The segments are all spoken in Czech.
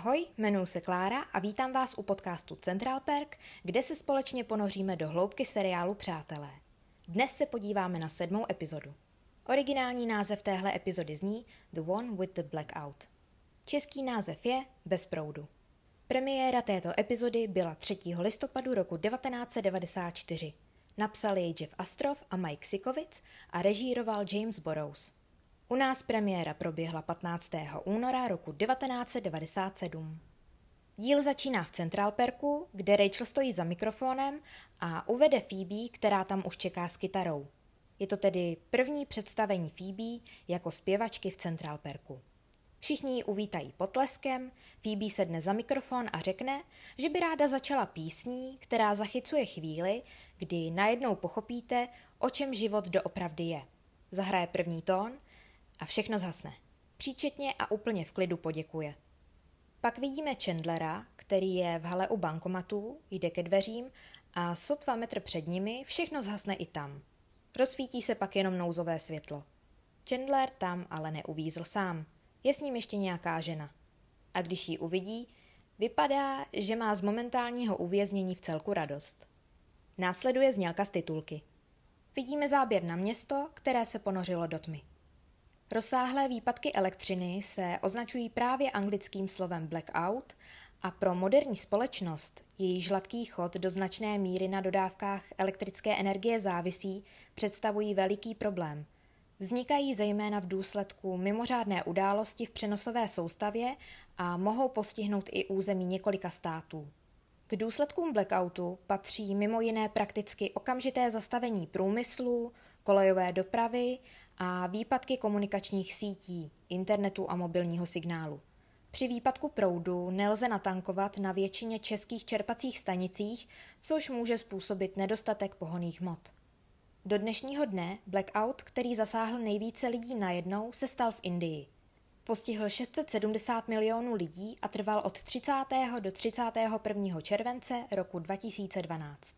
Ahoj, jmenuji se Klára a vítám vás u podcastu Central Perk, kde se společně ponoříme do hloubky seriálu Přátelé. Dnes se podíváme na 7. epizodu. Originální název téhle epizody zní The One with the Blackout. Český název je Bez proudu. Premiéra této epizody byla 3. listopadu roku 1994. Napsal jej Jeff Astrof a Mike Sikovic a režíroval James Burrows. U nás premiéra proběhla 15. února roku 1997. Díl začíná v Central Perku, kde Rachel stojí za mikrofonem a uvede Phoebe, která tam už čeká s kytarou. Je to tedy první představení Phoebe jako zpěvačky v Central Perku. Všichni ji uvítají potleskem, Phoebe sedne za mikrofon a řekne, že by ráda začala písní, která zachycuje chvíli, kdy najednou pochopíte, o čem život doopravdy je. Zahraje první tón a všechno zhasne. Příčetně a úplně v klidu poděkuje. Pak vidíme Chandlera, který je v hale u bankomatů, jde ke dveřím a sotva metr před nimi všechno zhasne i tam. Rozsvítí se pak jenom nouzové světlo. Chandler tam ale neuvízl sám. Je s ním ještě nějaká žena. A když ji uvidí, vypadá, že má z momentálního uvěznění v celku radost. Následuje znělka z titulky. Vidíme záběr na město, které se ponořilo do tmy. Rozsáhlé výpadky elektřiny se označují právě anglickým slovem blackout a pro moderní společnost, jejíž hladký chod do značné míry na dodávkách elektrické energie závisí, představují veliký problém. Vznikají zejména v důsledku mimořádné události v přenosové soustavě a mohou postihnout i území několika států. K důsledkům blackoutu patří mimo jiné prakticky okamžité zastavení průmyslu, kolejové dopravy a výpadky komunikačních sítí, internetu a mobilního signálu. Při výpadku proudu nelze natankovat na většině českých čerpacích stanicích, což může způsobit nedostatek pohonných hmot. Do dnešního dne blackout, který zasáhl nejvíce lidí najednou, se stal v Indii. Postihl 670 milionů lidí a trval od 30. do 31. července roku 2012.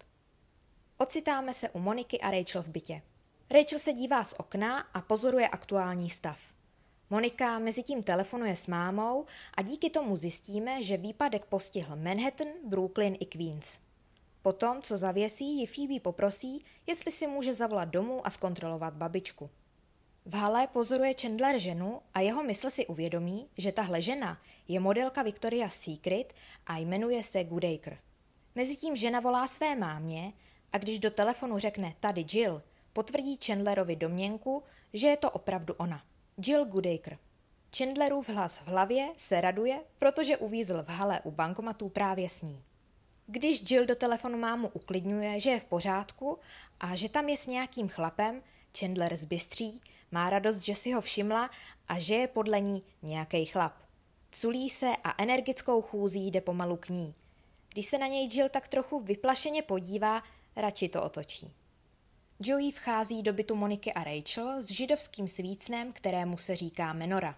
Ocitáme se u Moniky a Rachel v bytě. Rachel se dívá z okna a pozoruje aktuální stav. Monika mezitím telefonuje s mámou a díky tomu zjistíme, že výpadek postihl Manhattan, Brooklyn i Queens. Potom, co zavěsí, ji Phoebe poprosí, jestli si může zavolat domů a zkontrolovat babičku. V hale pozoruje Chandler ženu a jeho mysl si uvědomí, že tahle žena je modelka Victoria's Secret a jmenuje se Goodacre. Mezitím žena volá své mámě a když do telefonu řekne tady Jill, potvrdí Chandlerovi domněnku, že je to opravdu ona. Jill Goodacre. Chandlerův hlas v hlavě se raduje, protože uvízl v hale u bankomatů právě s ní. Když Jill do telefonu mámu uklidňuje, že je v pořádku a že tam je s nějakým chlapem, Chandler zbystří, má radost, že si ho všimla a že je podle ní nějaký chlap. Culí se a energickou chůzí jde pomalu k ní. Když se na něj Jill tak trochu vyplašeně podívá, radši to otočí. Joey vchází do bytu Moniky a Rachel s židovským svícnem, kterému se říká menora.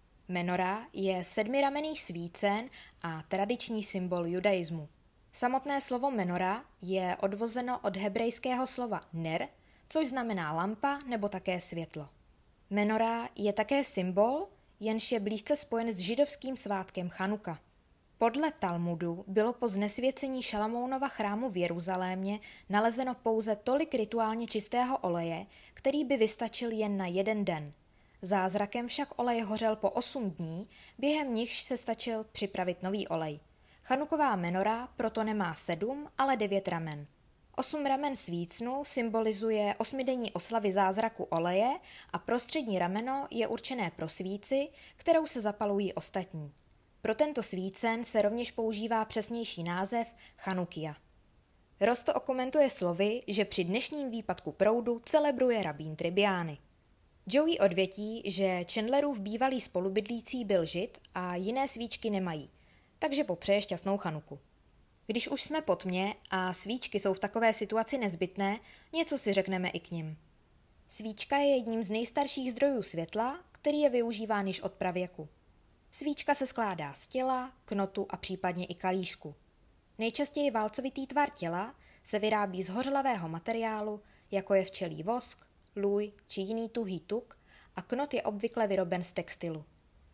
Menora je sedmiramenný svícen a tradiční symbol judaismu. Samotné slovo menora je odvozeno od hebrejského slova ner, což znamená lampa nebo také světlo. Menora je také symbol, jenž je blízce spojen s židovským svátkem Chanuka. Podle Talmudu bylo po znesvěcení Šalamounova chrámu v Jeruzalémě nalezeno pouze tolik rituálně čistého oleje, který by vystačil jen na jeden den. Zázrakem však olej hořel po 8 dní, během nichž se stačil připravit nový olej. Chanuková menora proto nemá 7, ale 9 ramen. 8 ramen svícnu symbolizuje 8denní oslavy zázraku oleje a prostřední rameno je určené pro svíci, kterou se zapalují ostatní. Pro tento svícen se rovněž používá přesnější název Chanukia. Ross to okomentuje slovy, že při dnešním výpadku proudu celebruje rabín Tribiány. Joey odvětí, že Chandlerův bývalý spolubydlící byl žid a jiné svíčky nemají, takže popřeje šťastnou Chanuku. Když už jsme po tmě a svíčky jsou v takové situaci nezbytné, něco si řekneme i k nim. Svíčka je jedním z nejstarších zdrojů světla, který je využíván již od pravěku. Svíčka se skládá z těla, knotu a případně i kalíšku. Nejčastěji válcovitý tvar těla se vyrábí z hořlavého materiálu, jako je včelí vosk, lůj či jiný tuhý tuk, a knot je obvykle vyroben z textilu.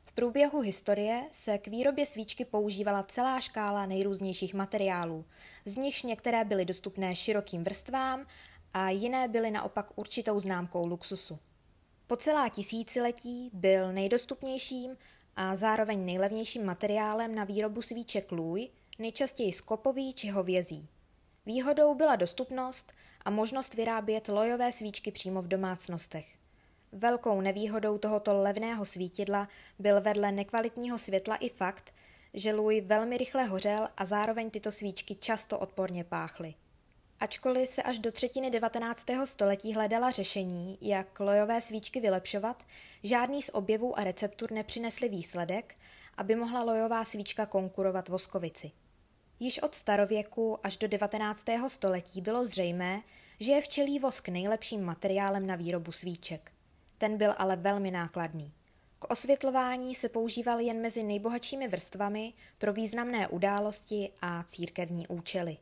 V průběhu historie se k výrobě svíčky používala celá škála nejrůznějších materiálů, z nichž některé byly dostupné širokým vrstvám a jiné byly naopak určitou známkou luxusu. Po celá tisíciletí byl nejdostupnějším a zároveň nejlevnějším materiálem na výrobu svíček lůj, nejčastěji skopový či hovězí. Výhodou byla dostupnost a možnost vyrábět lojové svíčky přímo v domácnostech. Velkou nevýhodou tohoto levného svítidla byl vedle nekvalitního světla i fakt, že lůj velmi rychle hořel a zároveň tyto svíčky často odporně páchly. Ačkoliv se až do třetiny 19. století hledala řešení, jak lojové svíčky vylepšovat, žádný z objevů a receptur nepřinesli výsledek, aby mohla lojová svíčka konkurovat voskovici. Již od starověku až do 19. století bylo zřejmé, že je včelí vosk nejlepším materiálem na výrobu svíček. Ten byl ale velmi nákladný. K osvětlování se používal jen mezi nejbohatšími vrstvami pro významné události a církevní účely.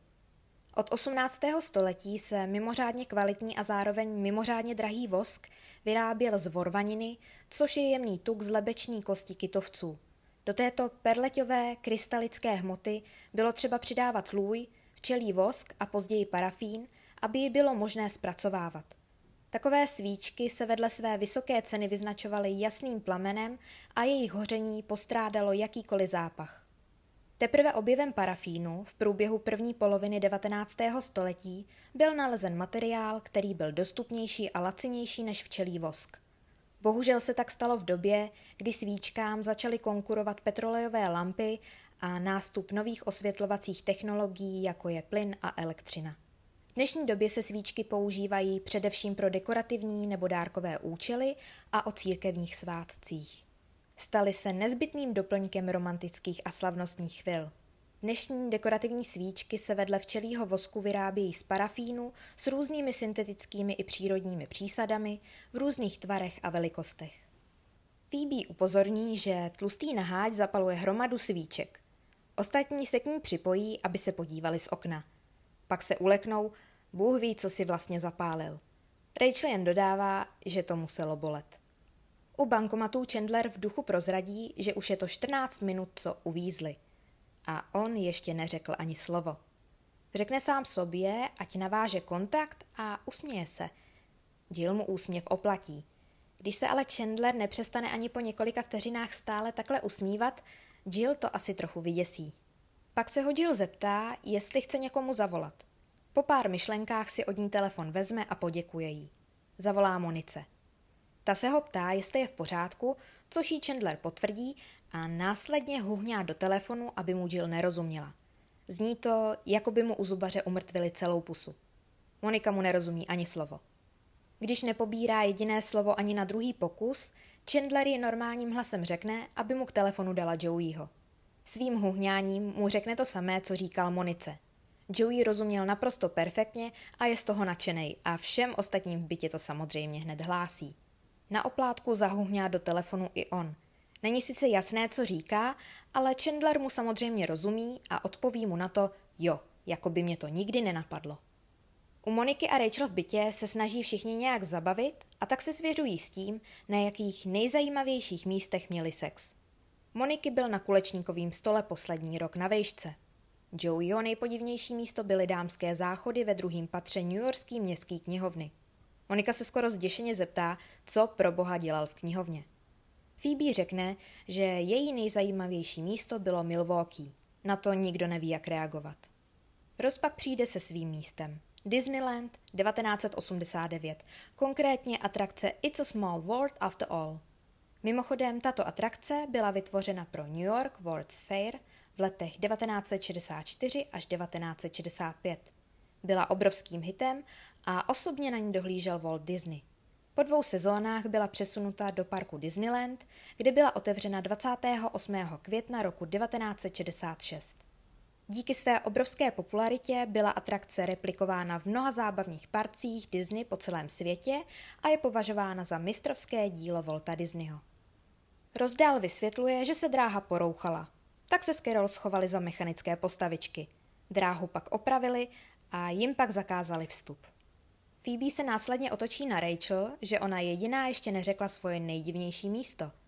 Od 18. století se mimořádně kvalitní a zároveň mimořádně drahý vosk vyráběl z vorvaniny, což je jemný tuk z lebeční kosti kytovců. Do této perleťové krystalické hmoty bylo třeba přidávat lůj, včelí vosk a později parafín, aby ji bylo možné zpracovávat. Takové svíčky se vedle své vysoké ceny vyznačovaly jasným plamenem a jejich hoření postrádalo jakýkoliv zápach. Teprve objevem parafínu v průběhu první poloviny 19. století byl nalezen materiál, který byl dostupnější a lacinější než včelí vosk. Bohužel se tak stalo v době, kdy svíčkám začaly konkurovat petrolejové lampy a nástup nových osvětlovacích technologií, jako je plyn a elektřina. V dnešní době se svíčky používají především pro dekorativní nebo dárkové účely a o církevních svátcích. Staly se nezbytným doplňkem romantických a slavnostních chvil. Dnešní dekorativní svíčky se vedle včelího vosku vyrábějí z parafínu s různými syntetickými i přírodními přísadami v různých tvarech a velikostech. Phoebe upozorní, že tlustý naháč zapaluje hromadu svíček. Ostatní se k ní připojí, aby se podívali z okna. Pak se uleknou, Bůh ví, co si vlastně zapálil. Rachel jen dodává, že to muselo bolet. U bankomatů Chandler v duchu prozradí, že už je to 14 minut, co uvízli. A on ještě neřekl ani slovo. Řekne sám sobě, ať naváže kontakt a usměje se. Jill mu úsměv oplatí. Když se ale Chandler nepřestane ani po několika vteřinách stále takhle usmívat, Jill to asi trochu vyděsí. Pak se ho Jill zeptá, jestli chce někomu zavolat. Po pár myšlenkách si od ní telefon vezme a poděkuje jí. Zavolá Monice. Ta se ho ptá, jestli je v pořádku, což jí Chandler potvrdí a následně huhňá do telefonu, aby mu Jill nerozuměla. Zní to, jako by mu u zubaře umrtvili celou pusu. Monika mu nerozumí ani slovo. Když nepobírá jediné slovo ani na druhý pokus, Chandler ji normálním hlasem řekne, aby mu k telefonu dala Joeyho. Svým huhňáním mu řekne to samé, co říkal Monice. Joey rozuměl naprosto perfektně a je z toho nadšenej a všem ostatním v bytě to samozřejmě hned hlásí. Na oplátku zahuhňá do telefonu i on. Není sice jasné, co říká, ale Chandler mu samozřejmě rozumí a odpoví mu na to jo, jako by mě to nikdy nenapadlo. U Moniky a Rachel v bytě se snaží všichni nějak zabavit a tak se svěřují s tím, na jakých nejzajímavějších místech měli sex. Moniky byl na kulečníkovým stole poslední rok na vejšce. Joeyho nejpodivnější místo byly dámské záchody ve druhém patře newyorské městské knihovny. Monika se skoro zděšeně zeptá, co pro boha dělal v knihovně. Phoebe řekne, že její nejzajímavější místo bylo Milwaukee. Na to nikdo neví, jak reagovat. Ross pak přijde se svým místem. Disneyland 1989, konkrétně atrakce It's a Small World After All. Mimochodem, tato atrakce byla vytvořena pro New York World's Fair v letech 1964 až 1965. Byla obrovským hitem a osobně na ní dohlížel Walt Disney. Po 2 sezónách byla přesunuta do parku Disneyland, kde byla otevřena 28. května roku 1966. Díky své obrovské popularitě byla atrakce replikována v mnoha zábavních parcích Disney po celém světě a je považována za mistrovské dílo Walta Disneyho. Ross dál vysvětluje, že se dráha porouchala. Tak se s Carol schovali za mechanické postavičky. Dráhu pak opravili a jim pak zakázali vstup. Phoebe se následně otočí na Rachel, že ona jediná ještě neřekla svoje nejdivnější místo.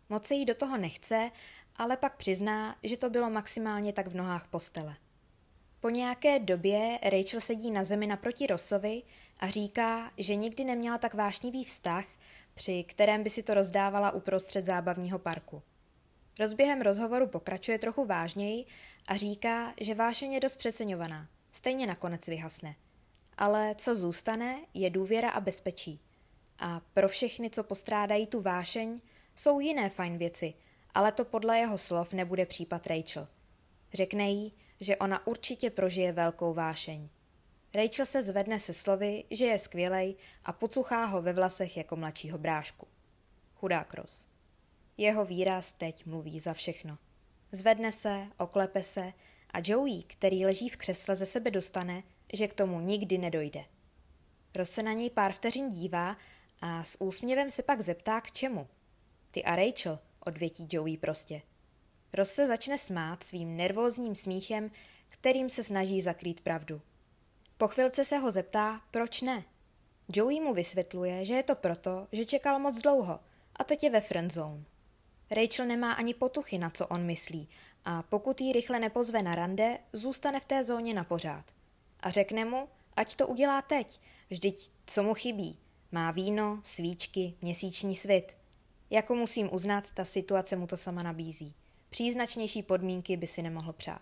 Moc se jí do toho nechce, ale pak přizná, že to bylo maximálně tak v nohách postele. Po nějaké době Rachel sedí na zemi naproti Rossovi a říká, že nikdy neměla tak vášnivý vztah, při kterém by si to rozdávala uprostřed zábavního parku. Ross během rozhovoru pokračuje trochu vážněji a říká, že vášeň je dost přeceňovaná, stejně nakonec vyhasne. Ale co zůstane, je důvěra a bezpečí. A pro všechny, co postrádají tu vášeň, jsou jiné fajn věci, ale to podle jeho slov nebude případ Rachel. Řekne jí, že ona určitě prožije velkou vášeň. Rachel se zvedne se slovy, že je skvělej a pocuchá ho ve vlasech jako mladšího brášku. Chudák Ross. Jeho výraz teď mluví za všechno. Zvedne se, oklepe se a Joey, který leží v křesle, ze sebe dostane, že k tomu nikdy nedojde. Ross se na něj pár vteřin dívá a s úsměvem se pak zeptá k čemu. Ty a Rachel, odvětí Joey prostě. Ross se začne smát svým nervózním smíchem, kterým se snaží zakrýt pravdu. Po chvilce se ho zeptá, proč ne. Joey mu vysvětluje, že je to proto, že čekal moc dlouho a teď je ve friendzone. Rachel nemá ani potuchy, na co on myslí, a pokud jí rychle nepozve na rande, zůstane v té zóně na pořád. A řekne mu, ať to udělá teď, vždyť co mu chybí. Má víno, svíčky, měsíční svit. Jako musím uznat, ta situace mu to sama nabízí. Příznačnější podmínky by si nemohl přát.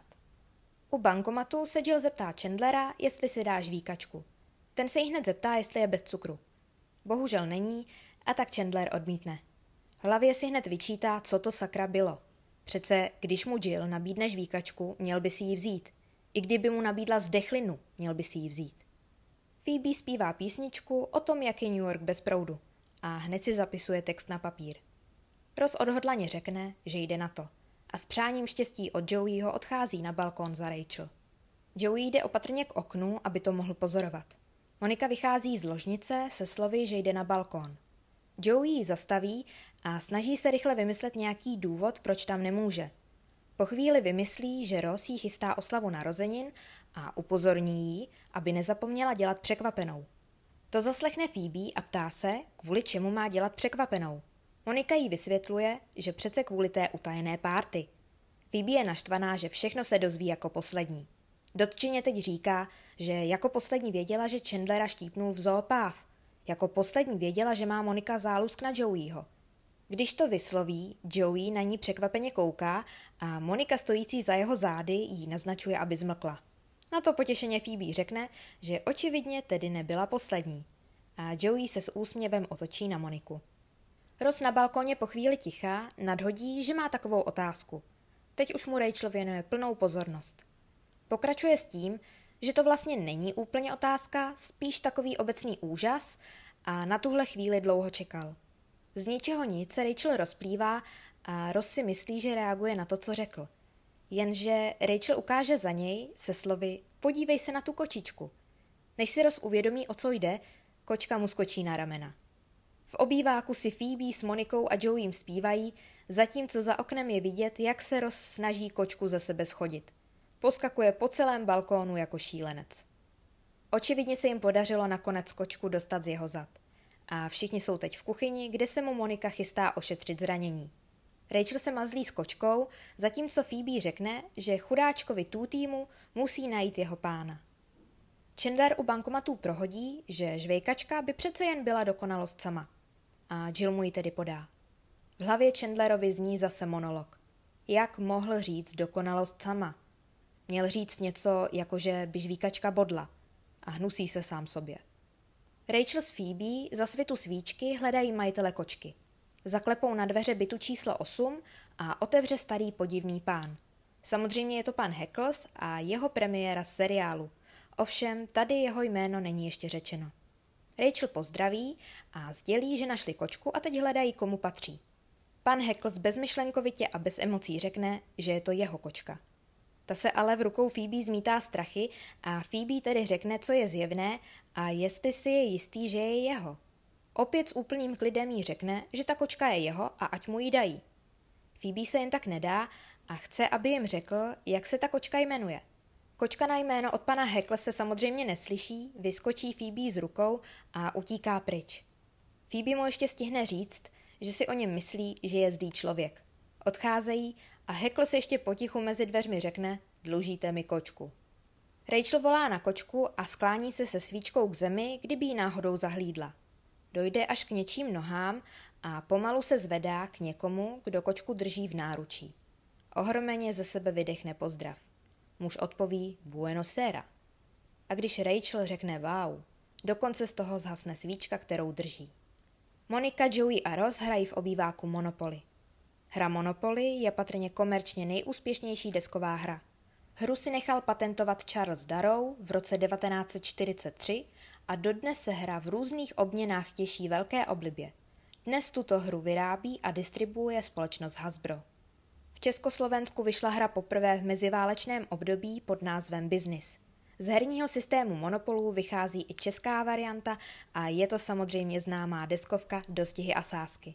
U bankomatu se Jill zeptá Chandlera, jestli si dá žvíkačku. Ten se jí hned zeptá, jestli je bez cukru. Bohužel není, a tak Chandler odmítne. V hlavě si hned vyčítá, co to sakra bylo. Přece, když mu Jill nabídne žvíkačku, měl by si ji vzít. I kdyby mu nabídla zdechlinu, měl by si ji vzít. Phoebe zpívá písničku o tom, jak je New York bez proudu. A hned si zapisuje text na papír. Ross odhodlaně řekne, že jde na to. A s přáním štěstí od Joeyho odchází na balkón za Rachel. Joey jde opatrně k oknu, aby to mohl pozorovat. Monika vychází z ložnice se slovy, že jde na balkón. Joey ji zastaví a snaží se rychle vymyslet nějaký důvod, proč tam nemůže. Po chvíli vymyslí, že Ross jí chystá oslavu narozenin a upozorní jí, aby nezapomněla dělat překvapenou. To zaslechne Phoebe a ptá se, kvůli čemu má dělat překvapenou. Monika jí vysvětluje, že přece kvůli té utajené párty. Phoebe je naštvaná, že všechno se dozví jako poslední. Dotčeně teď říká, že jako poslední věděla, že Chandlera štípnul v zoopáv. Jako poslední věděla, že má Monika zálusk na Joeyho. Když to vysloví, Joey na ní překvapeně kouká a Monika stojící za jeho zády jí naznačuje, aby zmlkla. Na to potěšeně Phoebe řekne, že očividně tedy nebyla poslední. A Joey se s úsměvem otočí na Moniku. Ross na balkoně po chvíli ticha nadhodí, že má takovou otázku. Teď už mu Rachel věnuje plnou pozornost. Pokračuje s tím, že to vlastně není úplně otázka, spíš takový obecný úžas a na tuhle chvíli dlouho čekal. Z ničeho nic se Rachel rozplývá a Ross si myslí, že reaguje na to, co řekl. Jenže Rachel ukáže za něj se slovy podívej se na tu kočičku. Než si Ross uvědomí, o co jde, kočka mu skočí na ramena. V obýváku si Phoebe s Monikou a Joeyem zpívají, zatímco za oknem je vidět, jak se Ross snaží kočku ze sebe schodit. Poskakuje po celém balkónu jako šílenec. Očividně se jim podařilo nakonec kočku dostat z jeho zad. A všichni jsou teď v kuchyni, kde se mu Monika chystá ošetřit zranění. Rachel se mazlí s kočkou, zatímco Phoebe řekne, že chudáčkovi Tutýmu musí najít jeho pána. Chandler u bankomatů prohodí, že žvejkačka by přece jen byla dokonalost sama. A Jill mu ji tedy podá. V hlavě Chandlerovi zní zase monolog. Jak mohl říct dokonalost sama? Měl říct něco, jako že by žvíkačka bodla a hnusí se sám sobě. Rachel s Phoebe za svitu svíčky hledají majitele kočky. Zaklepou na dveře bytu číslo 8 a otevře starý podivný pán. Samozřejmě je to pan Heckles a jeho premiéra v seriálu. Ovšem, tady jeho jméno není ještě řečeno. Rachel pozdraví a sdělí, že našli kočku a teď hledají, komu patří. Pan Heckles bezmyšlenkovitě a bez emocí řekne, že je to jeho kočka. Ta se ale v rukou Phoebe zmítá strachy a Phoebe tedy řekne, co je zjevné a jestli si je jistý, že je jeho. Opět s úplným klidem jí řekne, že ta kočka je jeho a ať mu ji dají. Phoebe se jen tak nedá a chce, aby jim řekl, jak se ta kočka jmenuje. Kočka na jméno od pana Hecklese samozřejmě neslyší, vyskočí Phoebe z rukou a utíká pryč. Phoebe mu ještě stihne říct, že si o něm myslí, že je zlý člověk. Odcházejí a Hackl se ještě potichu mezi dveřmi řekne: dlužíte mi kočku. Rachel volá na kočku a sklání se svíčkou k zemi, kdyby ji náhodou zahlídla. Dojde až k něčím nohám a pomalu se zvedá k někomu, kdo kočku drží v náručí. Ohromeně ze sebe vydechne pozdrav. Muž odpoví Buenos Aires. A když Rachel řekne wow, dokonce z toho zhasne svíčka, kterou drží. Monika, Joey a Ross hrají v obýváku Monopoly. Hra Monopoly je patrně komerčně nejúspěšnější desková hra. Hru si nechal patentovat Charles Darrow v roce 1943 a dodnes se hra v různých obměnách těší velké oblibě. Dnes tuto hru vyrábí a distribuuje společnost Hasbro. V Československu vyšla hra poprvé v meziválečném období pod názvem Business. Z herního systému Monopolů vychází i česká varianta a je to samozřejmě známá deskovka Dostihy a sázky.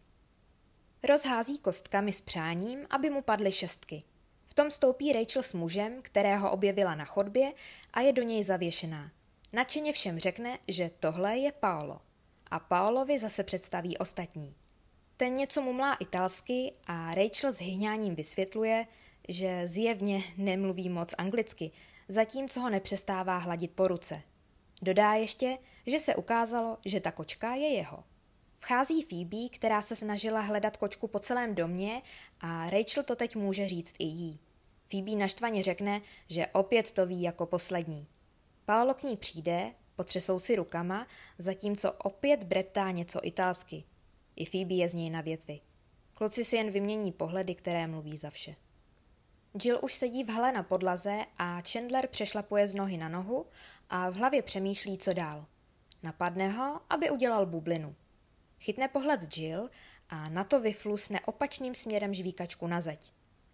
Rozhází kostkami s přáním, aby mu padly šestky. V tom stoupí Rachel s mužem, kterého objevila na chodbě a je do něj zavěšená. Nadšeně všem řekne, že tohle je Paolo. A Paolovi zase představí ostatní. Ten něco mumlá italsky a Rachel s hyhňáním vysvětluje, že zjevně nemluví moc anglicky, zatímco ho nepřestává hladit po ruce. Dodá ještě, že se ukázalo, že ta kočka je jeho. Vchází Phoebe, která se snažila hledat kočku po celém domě a Rachel to teď může říct i jí. Phoebe naštvaně řekne, že opět to ví jako poslední. Paolo k ní přijde, potřesou si rukama, zatímco opět breptá něco italsky. I Phoebe je z něj na větvi. Kluci si jen vymění pohledy, které mluví za vše. Jill už sedí v hale na podlaze a Chandler přešlapuje z nohy na nohu a v hlavě přemýšlí, co dál. Napadne ho, aby udělal bublinu. Chytne pohled Jill a na to vyflusne opačným směrem žvíkačku na zeď.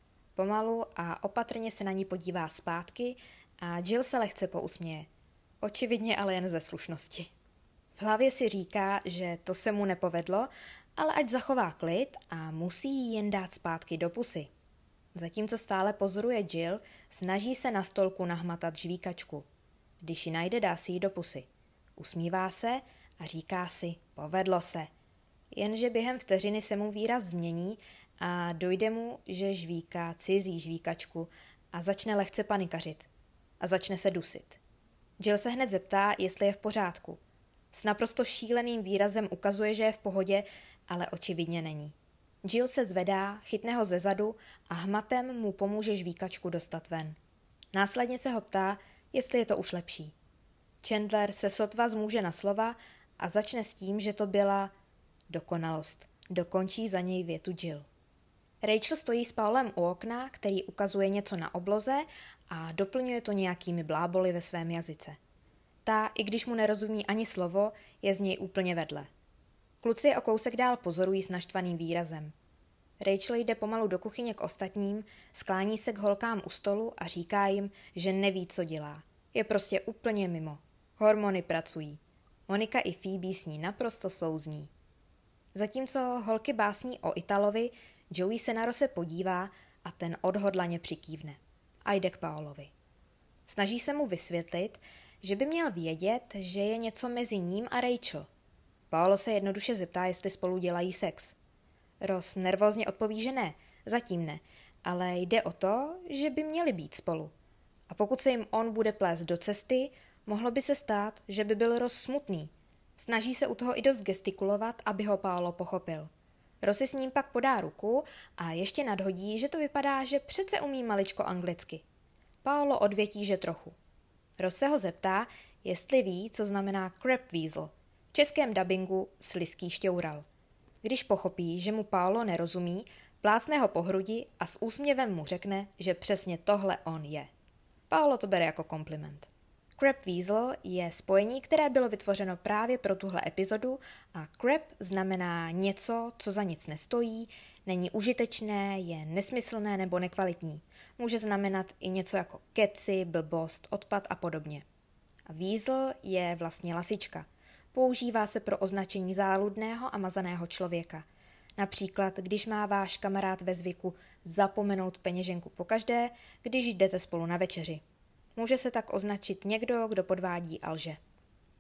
Pomalu a opatrně se na ní podívá zpátky a Jill se lehce pousměje. Očividně ale jen ze slušnosti. V hlavě si říká, že to se mu nepovedlo, ale ať zachová klid a musí ji jen dát zpátky do pusy. Zatímco stále pozoruje Jill, snaží se na stolku nahmatat žvíkačku. Když ji najde, dá si ji do pusy. Usmívá se a říká si, povedlo se. Jenže během vteřiny se mu výraz změní a dojde mu, že žvíká cizí žvíkačku a začne lehce panikařit. A začne se dusit. Jill se hned zeptá, jestli je v pořádku. S naprosto šíleným výrazem ukazuje, že je v pohodě, ale očividně není. Jill se zvedá, chytne ho zezadu a hmatem mu pomůže žvíkačku dostat ven. Následně se ho ptá, jestli je to už lepší. Chandler se sotva zmůže na slova a začne s tím, že to byla dokonalost. Dokončí za něj větu Jill. Rachel stojí s Paulem u okna, který ukazuje něco na obloze a doplňuje to nějakými bláboli ve svém jazyce. Ta, i když mu nerozumí ani slovo, je z něj úplně vedle. Kluci je o kousek dál pozorují s naštvaným výrazem. Rachel jde pomalu do kuchyně k ostatním, sklání se k holkám u stolu a říká jim, že neví, co dělá. Je prostě úplně mimo. Hormony pracují. Monika i Phoebe s ní naprosto souzní. Zatímco holky básní o Italovi, Joey se na Rose podívá a ten odhodlaně přikývne. A jde k Paolovi. Snaží se mu vysvětlit, že by měl vědět, že je něco mezi ním a Rachel. Paolo se jednoduše zeptá, jestli spolu dělají sex. Ross nervózně odpoví, že ne, zatím ne, ale jde o to, že by měli být spolu. A pokud se jim on bude plést do cesty, mohlo by se stát, že by byl Ross smutný. Snaží se u toho i dost gestikulovat, aby ho Paolo pochopil. Ross si s ním pak podá ruku a ještě nadhodí, že to vypadá, že přece umí maličko anglicky. Paolo odvětí, že trochu. Ross se ho zeptá, jestli ví, co znamená crab weasel. V českém dabingu slizký šťoural. Když pochopí, že mu Paolo nerozumí, plácne ho po hrudi a s úsměvem mu řekne, že přesně tohle on je. Paolo to bere jako kompliment. Crab weasel je spojení, které bylo vytvořeno právě pro tuhle epizodu a crab znamená něco, co za nic nestojí, není užitečné, je nesmyslné nebo nekvalitní. Může znamenat i něco jako keci, blbost, odpad a podobně. A weasel je vlastně lasička. Používá se pro označení záludného a mazaného člověka. Například, když má váš kamarád ve zvyku zapomenout peněženku pokaždé, když jdete spolu na večeři. Může se tak označit někdo, kdo podvádí a lže.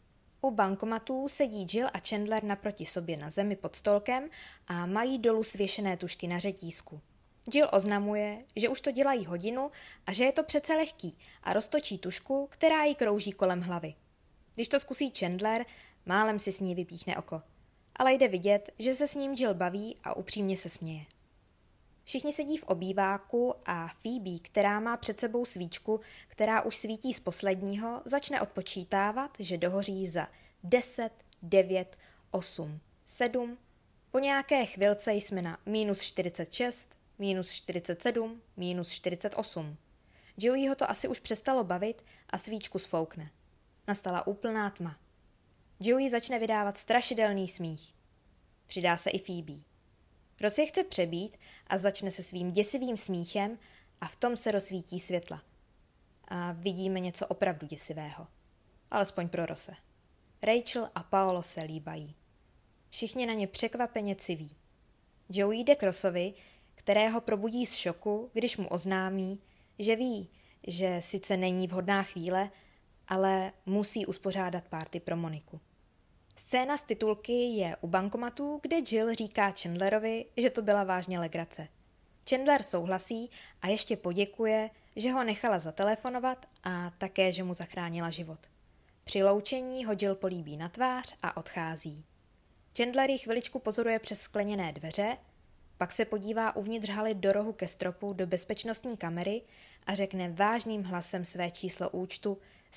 U bankomatů sedí Jill a Chandler naproti sobě na zemi pod stolkem a mají dolů svěšené tužky na řetízku. Jill oznamuje, že už to dělají hodinu a že je to přece lehký a roztočí tužku, která jí krouží kolem hlavy. Když to zkusí Chandler, málem si s ní vypíchne oko. Ale jde vidět, že se s ním Jill baví a upřímně se směje. Všichni sedí v obýváku a Phoebe, která má před sebou svíčku, která už svítí z posledního, začne odpočítávat, že dohoří za 10, 9, 8, 7. Po nějaké chvilce jsme na -46, -47, -48. Joeyho to asi už přestalo bavit a svíčku sfoukne. Nastala úplná tma. Joey začne vydávat strašidelný smích. Přidá se i Phoebe. Ross je chce přebít a začne se svým děsivým smíchem a v tom se rozsvítí světla. A vidíme něco opravdu děsivého. Alespoň pro Rosse. Rachel a Paolo se líbají. Všichni na ně překvapeně civí. Joey jde k Rossovi, kterého probudí z šoku, když mu oznámí, že ví, že sice není vhodná chvíle, ale musí uspořádat party pro Moniku. Scéna z titulky je u bankomatu, kde Jill říká Chandlerovi, že to byla vážně legrace. Chandler souhlasí a ještě poděkuje, že ho nechala zatelefonovat a také, že mu zachránila život. Při loučení ho Jill políbí na tvář a odchází. Chandler ji chviličku pozoruje přes skleněné dveře, pak se podívá uvnitř haly do rohu ke stropu do bezpečnostní kamery a řekne vážným hlasem své číslo účtu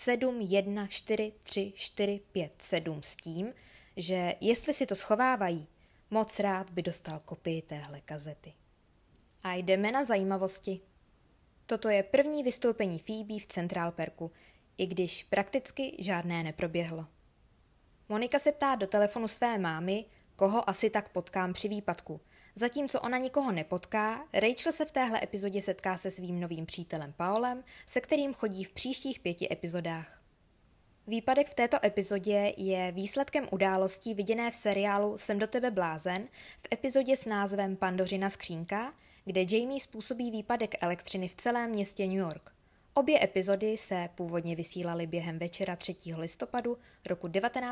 714345 s tím, že jestli si to schovávají, moc rád by dostal kopii téhle kazety. A jdeme na zajímavosti. Toto je první vystoupení Phoebe v Central Perku, i když prakticky žádné neproběhlo. Monika se ptá do telefonu své mámy, koho asi tak potkám při výpadku. Zatímco ona nikoho nepotká, Rachel se v téhle epizodě setká se svým novým přítelem Paolem, se kterým chodí v příštích 5 epizodách. Výpadek v této epizodě je výsledkem událostí viděné v seriálu Jsem do tebe blázen v epizodě s názvem Pandořina skřínka, kde Jamie způsobí výpadek elektřiny v celém městě New York. Obě epizody se původně vysílaly během večera 3. listopadu roku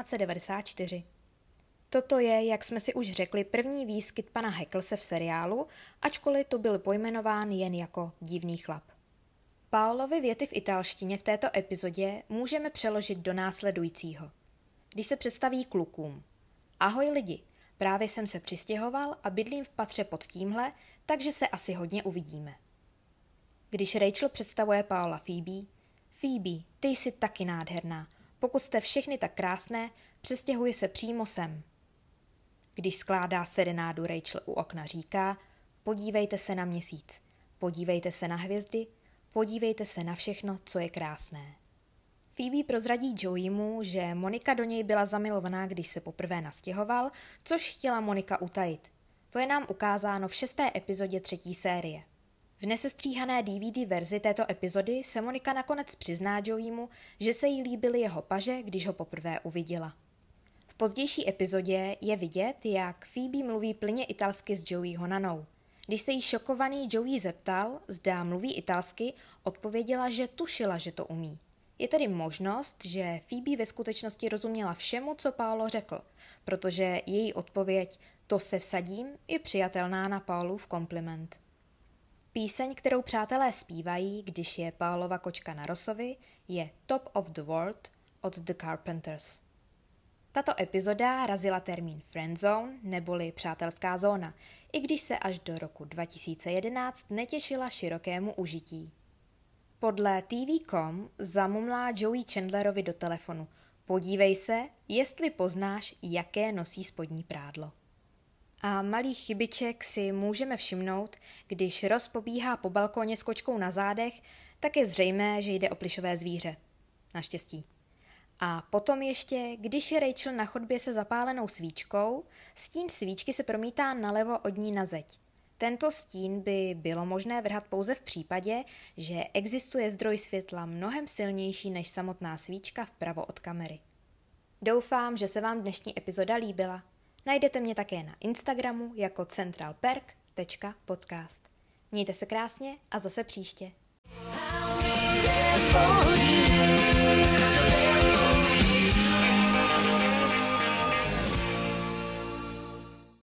1994. Toto je, jak jsme si už řekli, první výskyt pana Hecklese v seriálu, ačkoliv to byl pojmenován jen jako divný chlap. Paolovi věty v italštině v této epizodě můžeme přeložit do následujícího. Když se představí klukům. Ahoj lidi, právě jsem se přistěhoval a bydlím v patře pod tímhle, takže se asi hodně uvidíme. Když Rachel představuje Paola Phoebe, Phoebe, ty jsi taky nádherná. Pokud jste všechny tak krásné, přestěhuji se přímo sem. Když skládá serenádu Rachel u okna, říká, podívejte se na měsíc, podívejte se na hvězdy, podívejte se na všechno, co je krásné. Phoebe prozradí Joeymu, že Monika do něj byla zamilovaná, když se poprvé nastěhoval, což chtěla Monika utajit. To je nám ukázáno v 6. epizodě 3. série. V nesestříhané DVD verzi této epizody se Monika nakonec přizná Joeymu, že se jí líbily jeho paže, když ho poprvé uviděla. V pozdější epizodě je vidět, jak Phoebe mluví plynně italsky s Joeyho nanou. Když se jí šokovaný Joey zeptal, zda mluví italsky, odpověděla, že tušila, že to umí. Je tedy možnost, že Phoebe ve skutečnosti rozuměla všemu, co Paolo řekl, protože její odpověď to se vsadím je přijatelná na Paolův kompliment. Píseň, kterou přátelé zpívají, když je Paolova kočka na Rossovi, je Top of the World od The Carpenters. Tato epizoda razila termín friendzone neboli přátelská zóna, i když se až do roku 2011 netěšila širokému užití. Podle TV.com zamumlá Joey Chandlerovi do telefonu. Podívej se, jestli poznáš, jaké nosí spodní prádlo. A malých chybiček si můžeme všimnout, když Ross pobíhá po balkóně s kočkou na zádech, tak je zřejmé, že jde o plyšové zvíře. Naštěstí. A potom ještě, když je Rachel na chodbě se zapálenou svíčkou, stín svíčky se promítá nalevo od ní na zeď. Tento stín by bylo možné vrhat pouze v případě, že existuje zdroj světla mnohem silnější než samotná svíčka vpravo od kamery. Doufám, že se vám dnešní epizoda líbila. Najdete mě také na Instagramu jako centralperk.podcast. Mějte se krásně a zase příště.